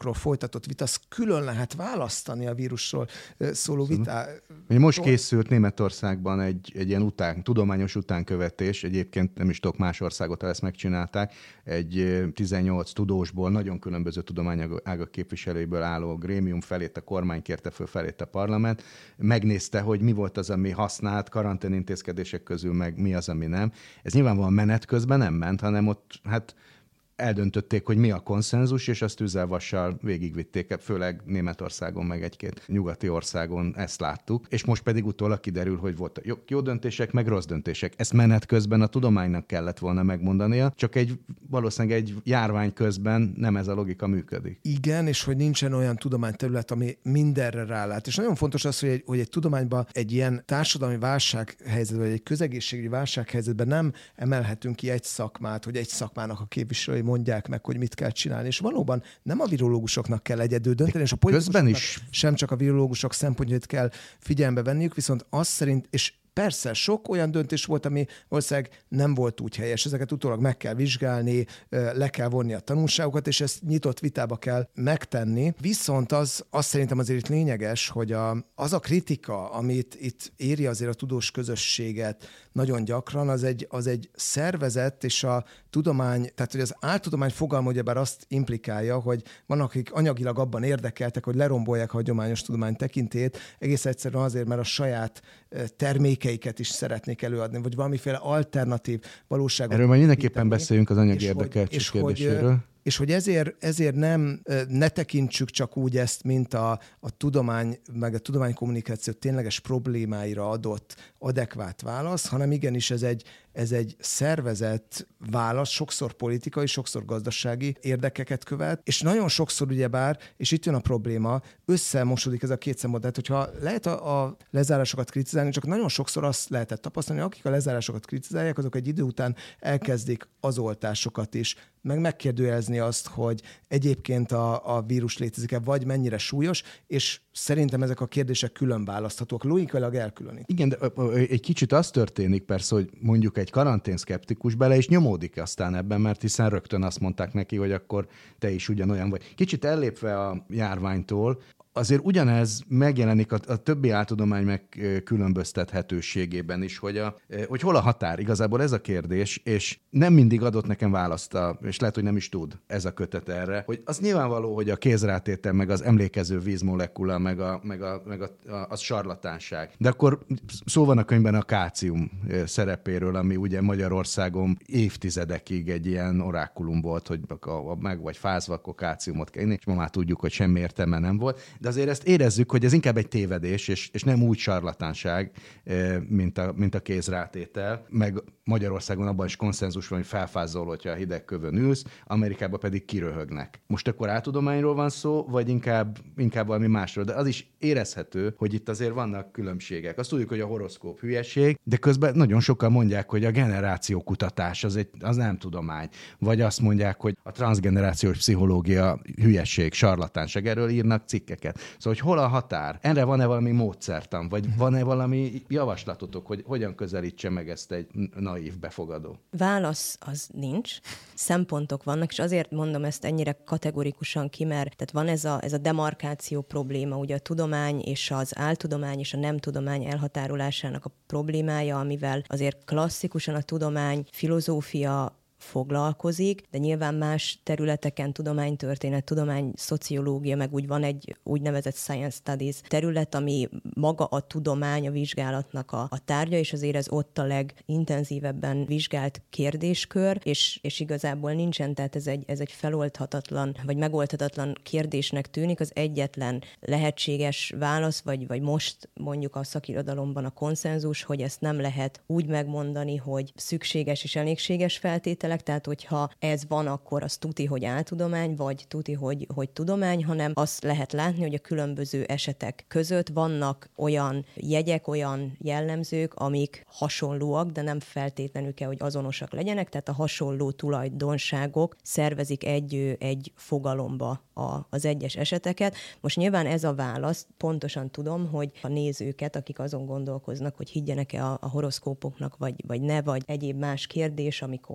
Speaker 3: vírusokról folytatott vita, az külön lehet választani a vírusról szóló vitá.
Speaker 5: Most készült Németországban egy ilyen tudományos utánkövetés, egyébként nem is tudok más országot, ezt megcsinálták, egy 18 tudósból, nagyon különböző tudományágak képviselőiből álló grémium, felét a kormány kérte föl, felét a parlament, megnézte, hogy mi volt az, ami használt karanténintézkedések közül, meg mi az, ami nem. Ez nyilvánvalóan menet közben nem ment, hanem ott eldöntötték, hogy mi a konszenzus, és azt tűzzel-vassal végigvitték, főleg Németországon, meg egy-két nyugati országon ezt láttuk, és most pedig utólag kiderül, hogy voltak jó döntések, meg rossz döntések. Ezt menet közben a tudománynak kellett volna megmondania, csak valószínűleg egy járvány közben nem ez a logika működik.
Speaker 3: Igen, és hogy nincsen olyan tudományterület, ami mindenre rálát. És nagyon fontos az, hogy egy tudományban egy ilyen társadalmi válsághelyzetben, vagy egy közegészségügyi válsághelyzetben nem emelhetünk ki egy szakmát, hogy egy szakmának a képviselői mondják meg, hogy mit kell csinálni. És valóban nem a virológusoknak kell egyedül dönteni, és a politikusoknak sem csak a virológusok szempontjait kell figyelembe venniük, viszont azt szerint, és persze, sok olyan döntés volt, ami valószínűleg nem volt úgy helyes. Ezeket utólag meg kell vizsgálni, le kell vonni a tanulságokat, és ezt nyitott vitába kell megtenni. Viszont az szerintem azért itt lényeges, hogy az a kritika, amit itt éri azért a tudós közösséget nagyon gyakran, az egy szervezet, és a tudomány, tehát hogy az áltudomány fogalma ugyebár azt implikálja, hogy vannak, akik anyagilag abban érdekeltek, hogy lerombolják a hagyományos tudomány tekintét, egész egyszerűen azért, mert a saját termékeiket is szeretnék előadni, vagy valamiféle alternatív valóságot.
Speaker 5: Erről majd mindenképpen beszéljünk az anyagi érdekeltség kérdéséről.
Speaker 3: És hogy ezért ne tekintsük csak úgy ezt, mint a tudomány, meg a tudománykommunikáció tényleges problémáira adott adekvát válasz, hanem igenis ez egy szervezett válasz, sokszor politikai, sokszor gazdasági érdekeket követ, és nagyon sokszor ugyebár, és itt jön a probléma, összemosodik ez a két szempont. Tehát, hogyha lehet a lezárásokat kritizálni, csak nagyon sokszor azt lehetett tapasztalni, hogy akik a lezárásokat kritizálják, azok egy idő után elkezdik az oltásokat is, meg megkérdőjelezni azt, hogy egyébként a vírus létezik-e, vagy mennyire súlyos, és szerintem ezek a kérdések külön választhatóak, logikailag elkülönít.
Speaker 5: Igen, de egy kicsit az történik persze, hogy mondjuk egy karanténszkeptikus bele is nyomódik aztán ebben, mert hiszen rögtön azt mondták neki, hogy akkor te is ugyanolyan vagy. Kicsit ellépve a járványtól, azért ugyanez megjelenik a többi áltudomány megkülönböztethetőségében is, hogy hol a határ. Igazából ez a kérdés, és nem mindig adott nekem választ, és lehet, hogy nem is tud ez a kötet erre, hogy az nyilvánvaló, hogy a kézrátétel, meg az emlékező vízmolekula, meg az sarlatánság. De akkor szó van a könyvben a kácium szerepéről, ami ugye Magyarországon évtizedekig egy ilyen orákulum volt, hogy meg vagy fázva, akkor káciumot kell inni, és ma már tudjuk, hogy semmi értelme nem volt. De azért ezt érezzük, hogy ez inkább egy tévedés, és nem úgy sarlatánság, mint a kézrátétel. Meg Magyarországon abban is konszenzus van, hogy felfázol, hogyha a hideg kövön ülsz, Amerikában pedig kiröhögnek. Most akkor áltudományról van szó, vagy inkább valami másról? De az is érezhető, hogy itt azért vannak különbségek. Azt tudjuk, hogy a horoszkóp hülyeség, de közben nagyon sokan mondják, hogy a generációkutatás az nem tudomány. Vagy azt mondják, hogy a transzgenerációs pszichológia hülyeség, sarlatánság. Erről írnak cikkeket. Szóval, hogy hol a határ? Erre van-e valami módszertan? Vagy van-e valami javaslatotok, hogy hogyan közelítse meg ezt egy naív befogadó?
Speaker 6: Válasz az nincs. Szempontok vannak, és azért mondom ezt ennyire kategorikusan ki, mert tehát van ez a demarkáció probléma, ugye a tudomány és az áltudomány és a nem tudomány elhatárolásának a problémája, amivel azért klasszikusan a tudomány, filozófia foglalkozik, de nyilván más területeken tudománytörténet, tudományszociológia, meg úgy van egy úgynevezett science studies terület, ami maga a tudomány, a vizsgálatnak a tárgya, és azért ez ott a legintenzívebben vizsgált kérdéskör, és igazából nincsen, tehát ez egy feloldhatatlan, vagy megoldhatatlan kérdésnek tűnik, az egyetlen lehetséges válasz, vagy most mondjuk a szakirodalomban a konszenzus, hogy ezt nem lehet úgy megmondani, hogy szükséges és elégséges feltételek, tehát hogyha ez van, akkor az tuti, hogy áltudomány, vagy tuti, hogy tudomány, hanem azt lehet látni, hogy a különböző esetek között vannak olyan jegyek, olyan jellemzők, amik hasonlóak, de nem feltétlenül kell, hogy azonosak legyenek, tehát a hasonló tulajdonságok szervezik egy fogalomba az egyes eseteket. Most nyilván ez a válasz, pontosan tudom, hogy a nézőket, akik azon gondolkoznak, hogy higgyenek-e a horoszkópoknak, vagy ne, vagy egyéb más kérdés, amikor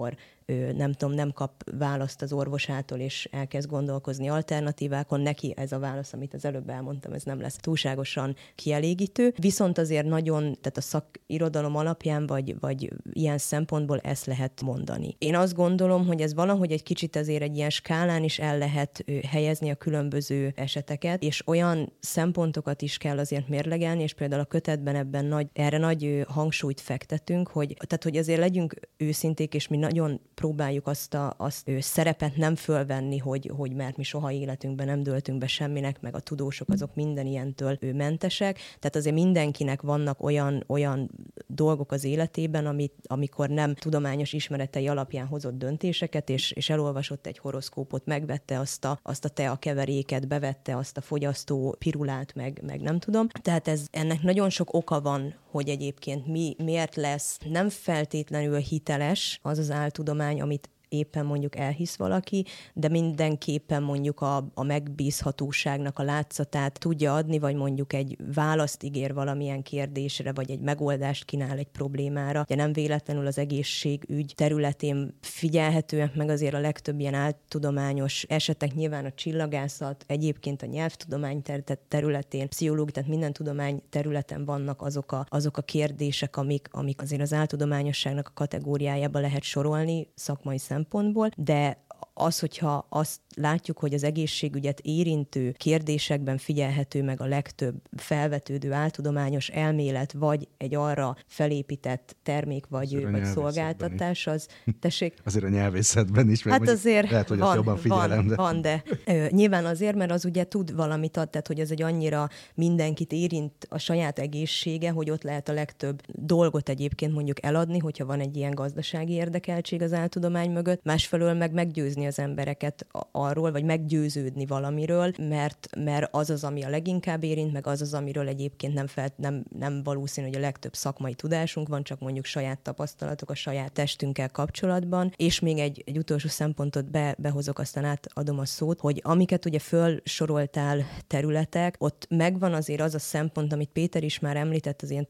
Speaker 6: nem tudom, nem kap választ az orvosától, és elkezd gondolkozni alternatívákon, neki ez a válasz, amit az előbb elmondtam, ez nem lesz túlságosan kielégítő. Viszont azért nagyon, tehát a szakirodalom alapján, vagy ilyen szempontból ezt lehet mondani. Én azt gondolom, hogy ez valahogy egy kicsit azért egy ilyen skálán is el lehet helyezni a különböző eseteket, és olyan szempontokat is kell azért mérlegelni, és például a kötetben erre nagy hangsúlyt fektetünk, hogy azért legyünk őszinték, és mi nagyon próbáljuk azt szerepet nem fölvenni, hogy mert mi soha életünkben nem döltünk be semminek, meg a tudósok azok minden ilyentől mentesek. Tehát azért mindenkinek vannak olyan dolgok az életében, amikor nem tudományos ismeretei alapján hozott döntéseket, és elolvasott egy horoszkópot, megvette azt a teakeveréket, bevette azt a fogyasztó pirulát, meg nem tudom. Tehát ennek nagyon sok oka van, hogy egyébként miért lesz nem feltétlenül hiteles az az áltudomány, amit éppen mondjuk elhisz valaki, de mindenképpen mondjuk a megbízhatóságnak a látszatát tudja adni, vagy mondjuk egy választ ígér valamilyen kérdésre, vagy egy megoldást kínál egy problémára. Ugye nem véletlenül az egészségügy területén figyelhetőek meg azért a legtöbb ilyen áltudományos esetek, nyilván a csillagászat, egyébként a nyelvtudomány területén, pszichológia, tehát minden tudomány területen vannak azok a kérdések, amik azért az áltudományosságnak a kategóriájába lehet sorolni szakmai szempontból, de hogyha azt látjuk, hogy az egészségügyet érintő kérdésekben figyelhető meg a legtöbb felvetődő áltudományos elmélet, vagy egy arra felépített termék, vagy szolgáltatás, az... Tessék?
Speaker 5: Azért a nyelvészetben is.
Speaker 6: Hát azért
Speaker 5: lehet, hogy azt jobban figyelem,
Speaker 6: de nyilván azért, mert az ugye tud valamit ad, tehát hogy ez egy annyira mindenkit érint a saját egészsége, hogy ott lehet a legtöbb dolgot egyébként mondjuk eladni, hogyha van egy ilyen gazdasági érdekeltség az áltudomány mögött, másfelől meg meggyőzni az embereket arról, vagy meggyőződni valamiről, mert az, ami a leginkább érint, meg az, amiről egyébként nem valószínű, hogy a legtöbb szakmai tudásunk van, csak mondjuk saját tapasztalatok a saját testünkkel kapcsolatban. És még egy utolsó szempontot behozok, aztán átadom a szót, hogy amiket ugye fölsoroltál területek, ott megvan azért az a szempont, amit Péter is már említett, az ilyen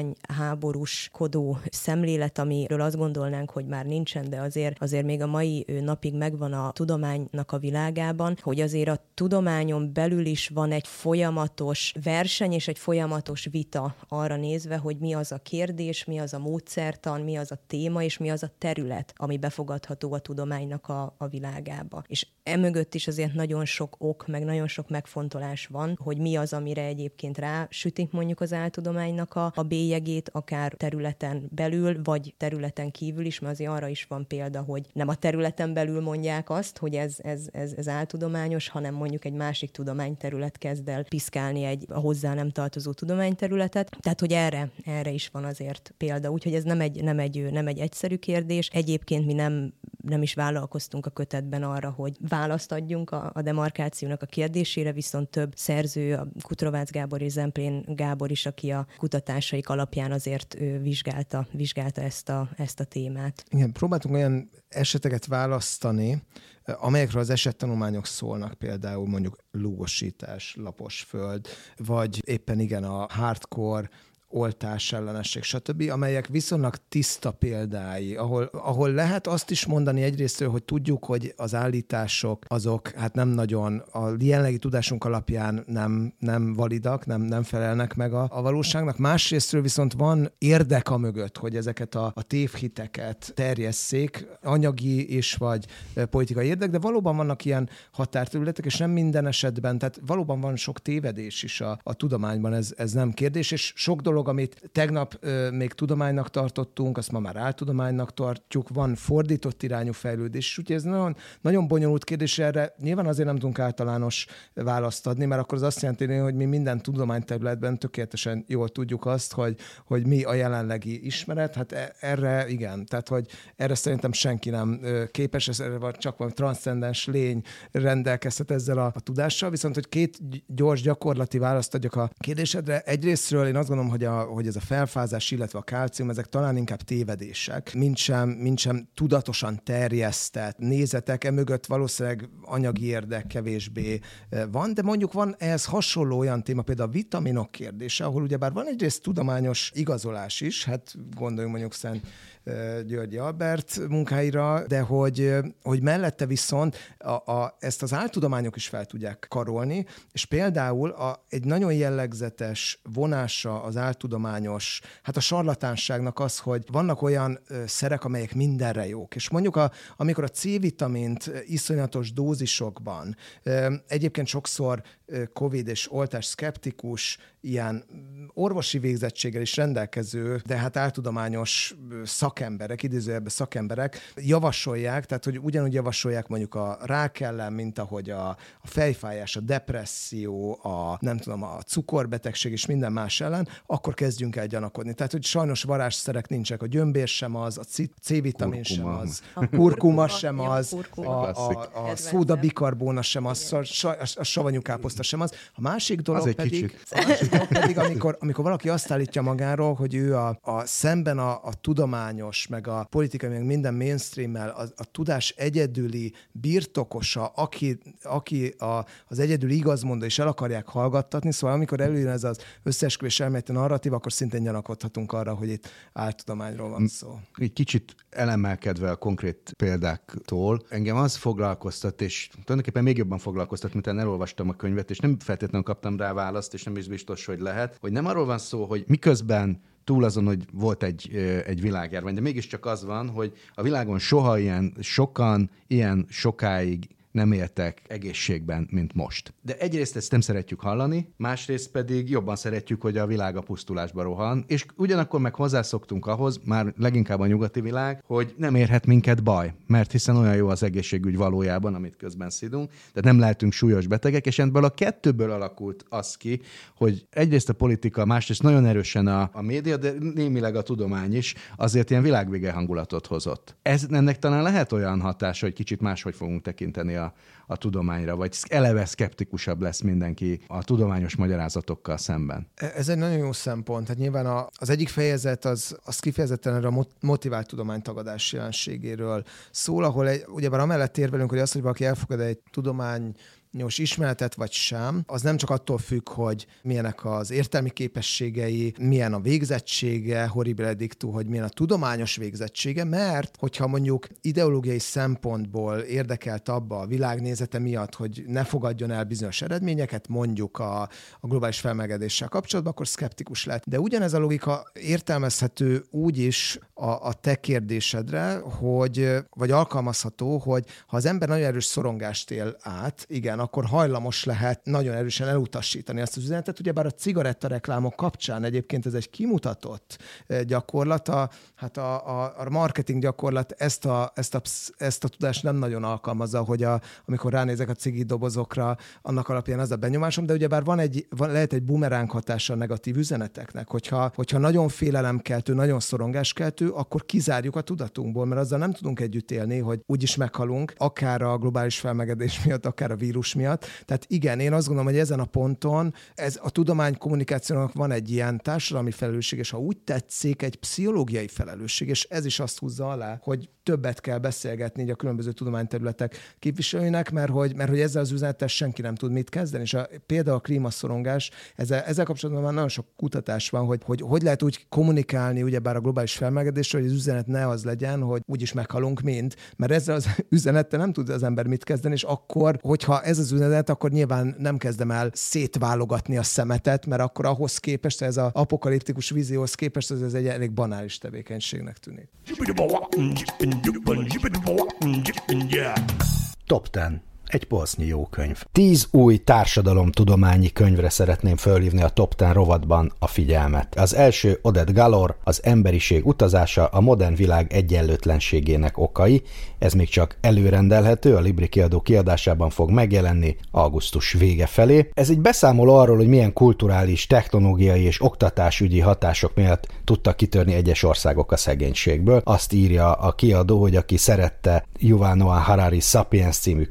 Speaker 6: tudományháborúskodó szemlélet, amiről azt gondolnánk, hogy már nincsen, de azért még a mai napig megvan a tudománynak a világában, hogy azért a tudományon belül is van egy folyamatos verseny és egy folyamatos vita arra nézve, hogy mi az a kérdés, mi az a módszertan, mi az a téma, és mi az a terület, ami befogadható a tudománynak a világába. És emögött is azért nagyon sok ok, meg nagyon sok megfontolás van, hogy mi az, amire egyébként rásütik mondjuk az áltudománynak a bélyegét, akár területen belül, vagy területen kívül is, mert azért arra is van példa, hogy nem a területen belül mondják azt, hogy ez áltudományos, hanem mondjuk egy másik tudományterület kezd el piszkálni egy hozzá nem tartozó tudományterületet. Tehát, hogy erre is van azért példa. Úgyhogy ez nem egy egyszerű kérdés. Egyébként mi nem is vállalkoztunk a kötetben arra, hogy választ adjunk a demarkációnak a kérdésére, viszont több szerző, a Kutrovác Gábor és Zemplén Gábor is, aki a kutatásaik alapján azért vizsgálta ezt a témát.
Speaker 3: Igen, próbáltunk olyan eseteket választani, amelyekről az esettanulmányok szólnak, például mondjuk lúgosítás, lapos föld, vagy éppen igen a hardcore oltás ellenesség, stb., amelyek viszonylag tiszta példái, ahol lehet azt is mondani egyrésztről, hogy tudjuk, hogy az állítások azok hát nem nagyon a jelenlegi tudásunk alapján nem validak, nem felelnek meg a valóságnak. Másrésztről viszont van érdek a mögött, hogy ezeket a tévhiteket terjesszék, anyagi és vagy politikai érdek, de valóban vannak ilyen határterületek, és nem minden esetben, tehát valóban van sok tévedés is a tudományban, ez nem kérdés, és sok dolog, amit tegnap még tudománynak tartottunk, azt ma már áltudománynak tartjuk, van fordított irányú fejlődés, úgyhogy ez nagyon, nagyon bonyolult kérdés, erre nyilván azért nem tudunk általános választ adni, mert akkor az azt jelenti, hogy mi minden tudományterületben tökéletesen jól tudjuk azt, hogy mi a jelenlegi ismeret, hát erre igen, tehát hogy erre szerintem senki nem képes, erre csak valami transzcendens lény rendelkezhet ezzel a tudással, viszont hogy két gyors gyakorlati választ adjak a kérdésedre. Egyrésztről én azt gondolom, hogy hogy ez a felfázás, illetve a kálcium, ezek talán inkább tévedések, mint sem tudatosan terjesztett nézetek, emögött valószínűleg anyagi érdek kevésbé van, de mondjuk van ehhez hasonló olyan téma, például a vitaminok kérdése, ahol ugyebár van egyrészt tudományos igazolás is, hát gondoljunk mondjuk Szent Györgyi Albert munkáira, de hogy mellette viszont ezt az áltudományok is fel tudják karolni, és például egy nagyon jellegzetes vonása az áltudományos, hát a sarlatánságnak az, hogy vannak olyan szerek, amelyek mindenre jók. És mondjuk amikor a C-vitamint iszonyatos dózisokban, egyébként sokszor COVID és oltás szkeptikus, ilyen orvosi végzettséggel is rendelkező, de hát áltudományos szakemberek, idézőjelben szakemberek javasolják, tehát hogy ugyanúgy javasolják mondjuk a rák ellen, mint ahogy a fejfájás, a depresszió, a cukorbetegség és minden más ellen, akkor kezdjünk el gyanakodni. Tehát, hogy sajnos varázsszerek nincsenek, a gyömbér sem az, a C-vitamin sem az, a kurkuma sem az, a szódabikarbóna sem az, a savanyú káposzta sem az. A másik dolog pedig, amikor valaki azt állítja magáról, hogy ő szemben a tudományos, meg a politikai, meg minden mainstreammel a tudás egyedüli birtokosa, aki az egyedüli igazmondó, és el akarják hallgattatni, szóval amikor előjön ez az összeesküvés elméleti narratív, akkor szintén gyanakodhatunk arra, hogy itt áltudományról van szó.
Speaker 5: Egy kicsit elemelkedve a konkrét példáktól, engem az foglalkoztat, és tulajdonképpen még jobban foglalkoztat, mint én elolvastam a könyvet, és nem feltétlenül kaptam rá választ, és nem is biztos, hogy lehet, hogy nem arról van szó, hogy miközben túl azon, hogy volt egy világjárvány, de mégiscsak az van, hogy a világon soha ilyen sokáig nem éltek egészségben, mint most. De egyrészt ezt nem szeretjük hallani, másrészt pedig jobban szeretjük, hogy a világ a pusztulásba rohan, és ugyanakkor meg hozzászoktunk ahhoz, már leginkább a nyugati világ, hogy nem érhet minket baj, mert hiszen olyan jó az egészségügy valójában, amit közben szidunk, tehát nem lehetünk súlyos betegek, és ebből a kettőből alakult az ki, hogy egyrészt a politika, másrészt nagyon erősen a média, de némileg a tudomány is azért ilyen világvége hangulatot hozott. Ennek talán lehet olyan hatása, hogy kicsit máshogy fogunk tekinteni a tudományra, vagy eleve szkeptikusabb lesz mindenki a tudományos magyarázatokkal szemben.
Speaker 3: Ez egy nagyon jó szempont. Hát nyilván az egyik fejezet az kifejezetten erre a motivált tudománytagadás jelenségéről szól, ahol ugyebár amellett érvelünk, hogy az, hogy valaki elfogad egy tudományos ismeretet vagy sem, az nem csak attól függ, hogy milyenek az értelmi képességei, milyen a végzettsége, horribile dictu, hogy milyen a tudományos végzettsége, mert hogyha mondjuk ideológiai szempontból érdekelt abba a világnézete miatt, hogy ne fogadjon el bizonyos eredményeket, mondjuk a globális felmelegedéssel kapcsolatban, akkor szkeptikus lehet. De ugyanez a logika értelmezhető úgy is a te kérdésedre, vagy alkalmazható, hogy ha az ember nagyon erős szorongást él át, igen, akkor hajlamos lehet nagyon erősen elutasítani ezt az üzenetet. Ugyebár a cigarettareklámok kapcsán egyébként ez egy kimutatott gyakorlat, a marketing gyakorlat ezt a tudást nem nagyon alkalmazza, hogy amikor ránézek a cigi dobozokra, annak alapján az a benyomásom, de ugyebár lehet egy bumeráng hatása a negatív üzeneteknek, hogyha nagyon félelemkeltő, nagyon szorongáskeltő, akkor kizárjuk a tudatunkból, mert azzal nem tudunk együtt élni, hogy úgyis meghalunk, akár a globális felmelegedés miatt, akár a vírus miatt. Tehát igen, én azt gondolom, hogy ezen a ponton a tudománykommunikációnak van egy ilyen társadalmi felelősség, és ha úgy tetszik, egy pszichológiai felelősség, és ez is azt húzza alá, hogy többet kell beszélgetni így a különböző tudományterületek képviselőinek, mert hogy ezzel az üzenettel senki nem tud mit kezdeni. És például a klímaszorongás, ezzel kapcsolatban már nagyon sok kutatás van, hogy lehet úgy kommunikálni ugyebár a globális felmelegedésről, hogy az üzenet ne az legyen, hogy úgyis meghalunk mind, mert ezzel az üzenettel nem tud az ember mit kezdeni, és akkor, hogyha ez az üzenet, akkor nyilván nem kezdem el szétválogatni a szemetet, mert akkor ahhoz képest, ez az apokaliptikus vízióhoz képest, ez egy elég banális tevékenységnek tűnik.
Speaker 4: Top 10. Egy polsznyi jó könyv. 10 új társadalomtudományi könyvre szeretném fölhívni a Top 10 rovatban a figyelmet. Az első Oded Galor, Az emberiség utazása, a modern világ egyenlőtlenségének okai. Ez még csak előrendelhető, a Libri kiadó kiadásában fog megjelenni augusztus vége felé. Ez egy beszámoló arról, hogy milyen kulturális, technológiai és oktatásügyi hatások miatt tudtak kitörni egyes országok a szegénységből. Azt írja a kiadó, hogy aki szerette Yuval Noah Harari Sapiens című könyvét,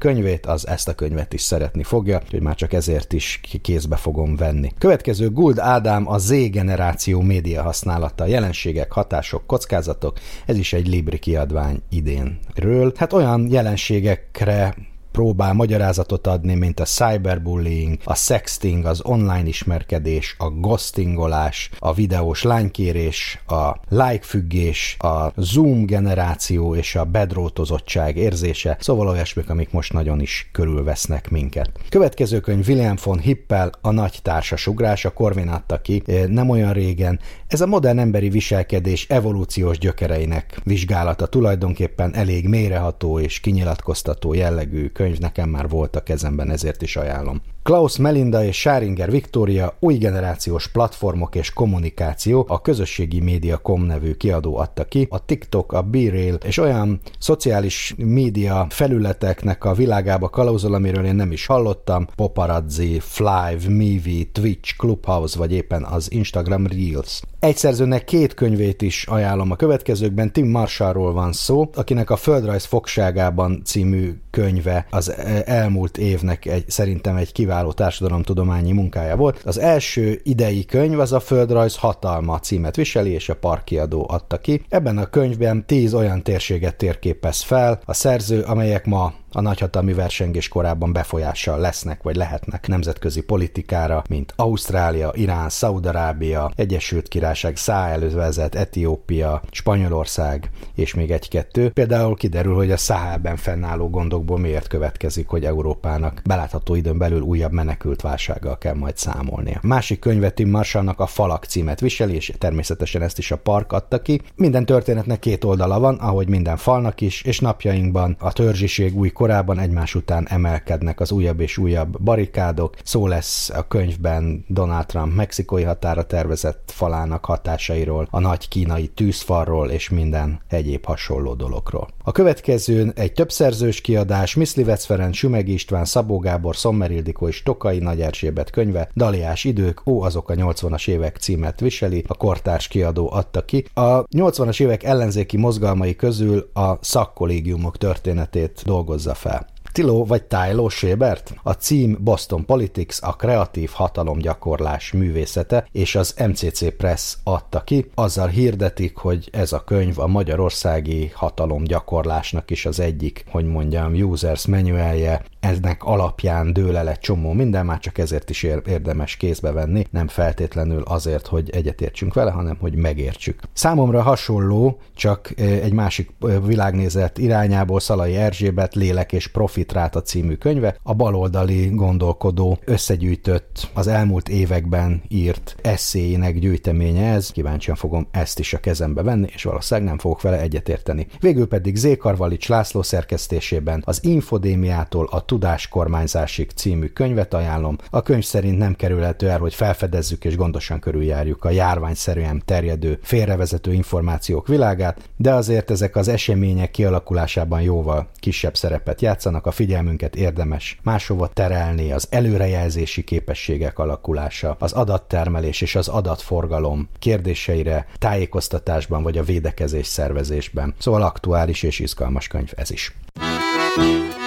Speaker 4: az ezt a könyvet is szeretni fogja, hogy már csak ezért is kézbe fogom venni. Következő Gould Ádám, a Z-generáció média használata, jelenségek, hatások, kockázatok. Ez is egy Libri kiadvány idénről. Hát olyan jelenségekre próbál magyarázatot adni, mint a cyberbullying, a sexting, az online ismerkedés, a ghostingolás, a videós lánykérés, a like-függés, a Zoom generáció és a bedrótozottság érzése, szóval olyasmik, amik most nagyon is körülvesznek minket. Következő könyv William von Hippel, a nagy társasugrás, a Corvin adta ki nem olyan régen. Ez a modern emberi viselkedés evolúciós gyökereinek vizsgálata, tulajdonképpen elég mélyreható és kinyilatkoztató jellegű könyv, nekem már volt a kezemben, ezért is ajánlom. Klaus Melinda és Scharinger Viktória, új generációs platformok és kommunikáció, a közösségi média.com nevű kiadó adta ki. A TikTok, a BeReal és olyan szociális média felületeknek a világába kalauzol, amiről én nem is hallottam, Paparazzi, Flive, Mivi, Twitch, Clubhouse vagy éppen az Instagram Reels. Egy szerzőnek 2 könyvét is ajánlom a következőkben. Tim Marshallról van szó, akinek a Földrajz fogságában című könyve az elmúlt évnek szerintem egy kiváló társadalomtudományi munkája volt. Az első idei könyv az a Földrajz hatalma címet viseli, és a Park kiadó adta ki. Ebben a könyvben 10 olyan térséget térképez fel a szerző, amelyek ma a nagyhatalmi versengés korában befolyással lesznek, vagy lehetnek nemzetközi politikára, mint Ausztrália, Irán, Szaúd-Arábia, Egyesült Királyság, Száhelövezet, Etiópia, Spanyolország, és még 1-2. Például kiderül, hogy a Száhelben fennálló gondokból miért következik, hogy Európának belátható időn belül újabb menekült válsággal kell majd számolnia. Másik könyve Tim Marshallnak a Falak címet viseli, és természetesen ezt is a Park adta ki. Minden történetnek 2 oldala van, ahogy minden falnak is, és napjainkban a törzsiség új korában egymás után emelkednek az újabb és újabb barikádok. Szó lesz a könyvben Donald Trump mexikói határa tervezett falának hatásairól, a nagy kínai tűzfalról és minden egyéb hasonló dologról. A következőn egy többszerzős kiadás, Miszlivec Ferenc, Sümegi István, Szabó Gábor, Sommer Ildikó és Tokai Nagy Erzsébet könyve, Daliás idők, azok a 80-as évek címet viseli, a Kortárs kiadó adta ki. A 80-as évek ellenzéki mozgalmai közül a szakkollégiumok történetét dolgozza fel. Thilo vagy Thilo Schébert? A cím Boston Politics, a kreatív hatalomgyakorlás művészete, és az MCC Press adta ki. Azzal hirdetik, hogy ez a könyv a magyarországi hatalomgyakorlásnak is az egyik, hogy mondjam, users manualje. Ennek alapján dől el egy csomó minden, már csak ezért is érdemes kézbe venni, nem feltétlenül azért, hogy egyetértsünk vele, hanem hogy megértsük. Számomra hasonló, csak egy másik világnézet irányából Szalai Erzsébet Lélek és Profitráta című könyve, a baloldali gondolkodó összegyűjtött, az elmúlt években írt esszéinek gyűjteménye ez, kíváncsian fogom ezt is a kezembe venni, és valószínűleg nem fogok vele egyetérteni. Végül pedig Z. Karvalics László szerkesztésében az Infodémiától a Tudáskormányzásig című könyvet ajánlom. A könyv szerint nem kerülhető el, hogy felfedezzük és gondosan körüljárjuk a járványszerűen terjedő, félrevezető információk világát, de azért ezek az események kialakulásában jóval kisebb szerepet játszanak, a figyelmünket érdemes máshova terelni, az előrejelzési képességek alakulása, az adattermelés és az adatforgalom kérdéseire tájékoztatásban vagy a védekezés szervezésben. Szóval aktuális és izgalmas könyv ez is.